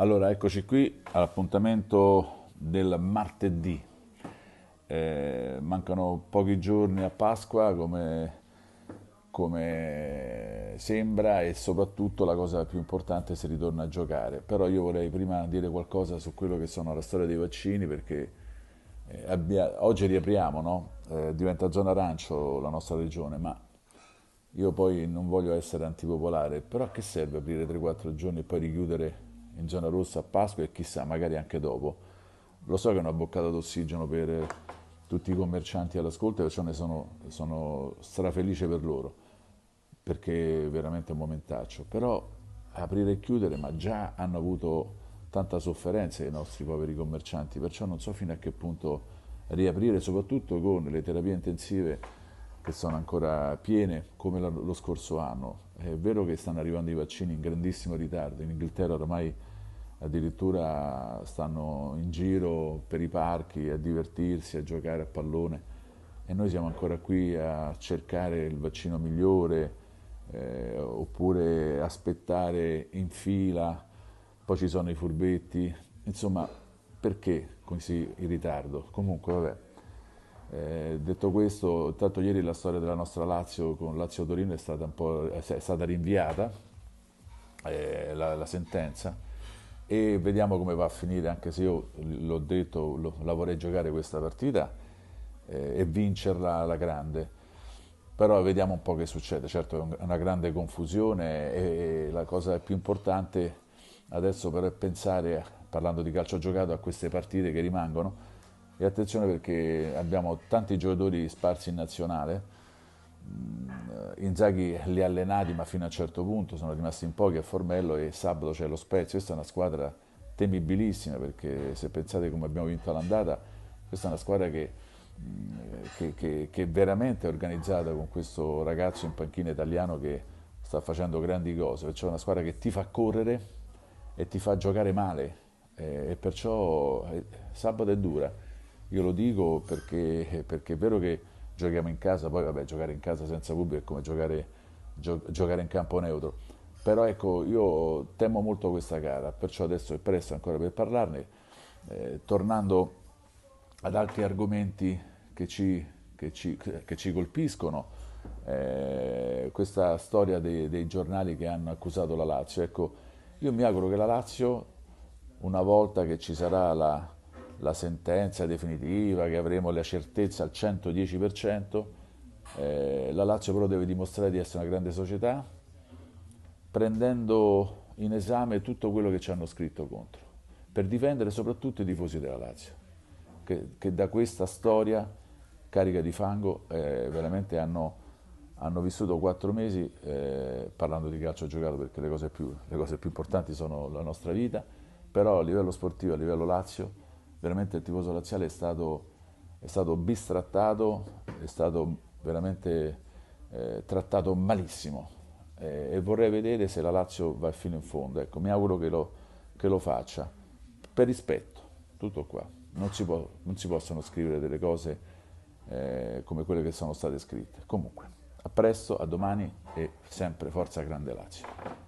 Allora, eccoci qui all'appuntamento del martedì. Mancano pochi giorni a Pasqua, come sembra, e soprattutto la cosa più importante è se ritorna a giocare. Però io vorrei prima dire qualcosa su quello che sono la storia dei vaccini, perché oggi riapriamo, no? Diventa zona arancio la nostra regione, ma io poi non voglio essere antipopolare, però a che serve aprire 3-4 giorni e poi richiudere in zona rossa a Pasqua e chissà, magari anche dopo? Lo so che è una boccata d'ossigeno per tutti i commercianti all'ascolto, e perciò sono strafelice per loro, perché è veramente un momentaccio. Però aprire e chiudere, ma già hanno avuto tanta sofferenza i nostri poveri commercianti, perciò non so fino a che punto riaprire, soprattutto con le terapie intensive che sono ancora piene come lo scorso anno. È vero che stanno arrivando i vaccini in grandissimo ritardo, in Inghilterra ormai addirittura stanno in giro per i parchi a divertirsi, a giocare a pallone, e noi siamo ancora qui a cercare il vaccino migliore, oppure aspettare in fila, poi ci sono i furbetti, insomma, perché così in ritardo? Comunque, vabbè. Detto questo, tanto ieri la storia della nostra Lazio con Lazio-Torino è stata rinviata, la sentenza, e vediamo come va a finire, anche se io l'ho detto, la vorrei giocare questa partita e vincerla alla grande. Però vediamo un po' che succede. Certo è una grande confusione, e la cosa più importante adesso però è pensare, parlando di calcio giocato, a queste partite che rimangono. E attenzione, perché abbiamo tanti giocatori sparsi in nazionale. Inzaghi li ha allenati, ma fino a un certo punto sono rimasti in pochi a Formello, e sabato c'è lo Spezia. Questa è una squadra temibilissima, perché se pensate come abbiamo vinto l'andata, questa è una squadra che veramente è organizzata, con questo ragazzo in panchina italiano che sta facendo grandi cose. Perciò è una squadra che ti fa correre e ti fa giocare male, e perciò sabato è dura. Io lo dico perché è vero che giochiamo in casa, poi vabbè, giocare in casa senza pubblico è come giocare in campo neutro. Però ecco, io temo molto questa gara, perciò adesso è presto ancora per parlarne. Tornando ad altri argomenti che ci colpiscono, questa storia dei giornali che hanno accusato la Lazio. Ecco, io mi auguro che la Lazio, una volta che ci sarà la sentenza definitiva, che avremo la certezza al 110%, la Lazio però deve dimostrare di essere una grande società, prendendo in esame tutto quello che ci hanno scritto contro, per difendere soprattutto i tifosi della Lazio, che da questa storia carica di fango veramente hanno vissuto 4 mesi, parlando di calcio giocato, perché le cose più importanti sono la nostra vita. Però a livello sportivo, a livello Lazio, veramente il tifoso laziale è stato bistrattato, è stato veramente trattato malissimo, e vorrei vedere se la Lazio va fino in fondo. Ecco, mi auguro che lo faccia, per rispetto, tutto qua. Non si possono scrivere delle cose come quelle che sono state scritte. Comunque, a presto, a domani, e sempre forza Grande Lazio.